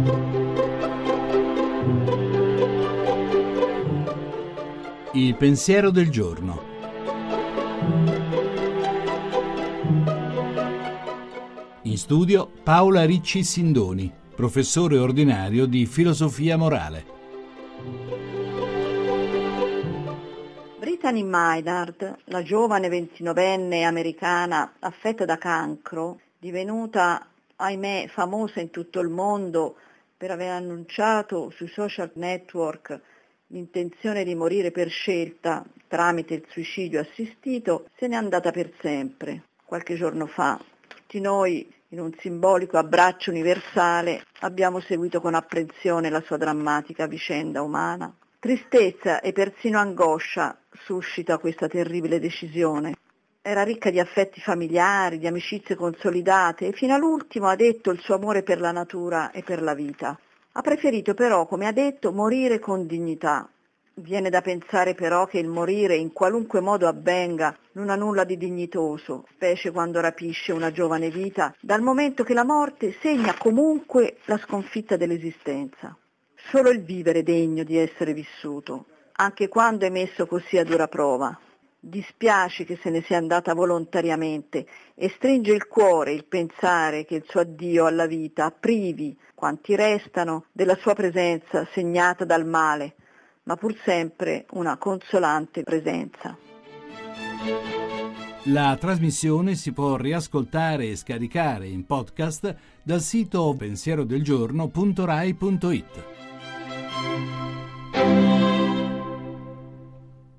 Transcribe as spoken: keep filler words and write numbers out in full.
Il pensiero del giorno. In studio Paola Ricci Sindoni, professore ordinario di filosofia morale. Brittany Maynard, la giovane ventinovenne americana affetta da cancro, divenuta, ahimè, famosa in tutto il mondo per aver annunciato sui social network l'intenzione di morire per scelta tramite il suicidio assistito, se n'è andata per sempre. Qualche giorno fa, tutti noi, in un simbolico abbraccio universale, abbiamo seguito con apprensione la sua drammatica vicenda umana. Tristezza e persino angoscia suscita questa terribile decisione. Era ricca di affetti familiari, di amicizie consolidate e fino all'ultimo ha detto il suo amore per la natura e per la vita. Ha preferito però, come ha detto, morire con dignità. Viene da pensare però che il morire, in qualunque modo avvenga, non ha nulla di dignitoso, specie quando rapisce una giovane vita, dal momento che la morte segna comunque la sconfitta dell'esistenza. Solo il vivere è degno di essere vissuto, anche quando è messo così a dura prova. Dispiace che se ne sia andata volontariamente e stringe il cuore il pensare che il suo addio alla vita privi quanti restano della sua presenza segnata dal male, ma pur sempre una consolante presenza. La trasmissione si può riascoltare e scaricare in podcast dal sito pensierodelgiorno punto rai punto it.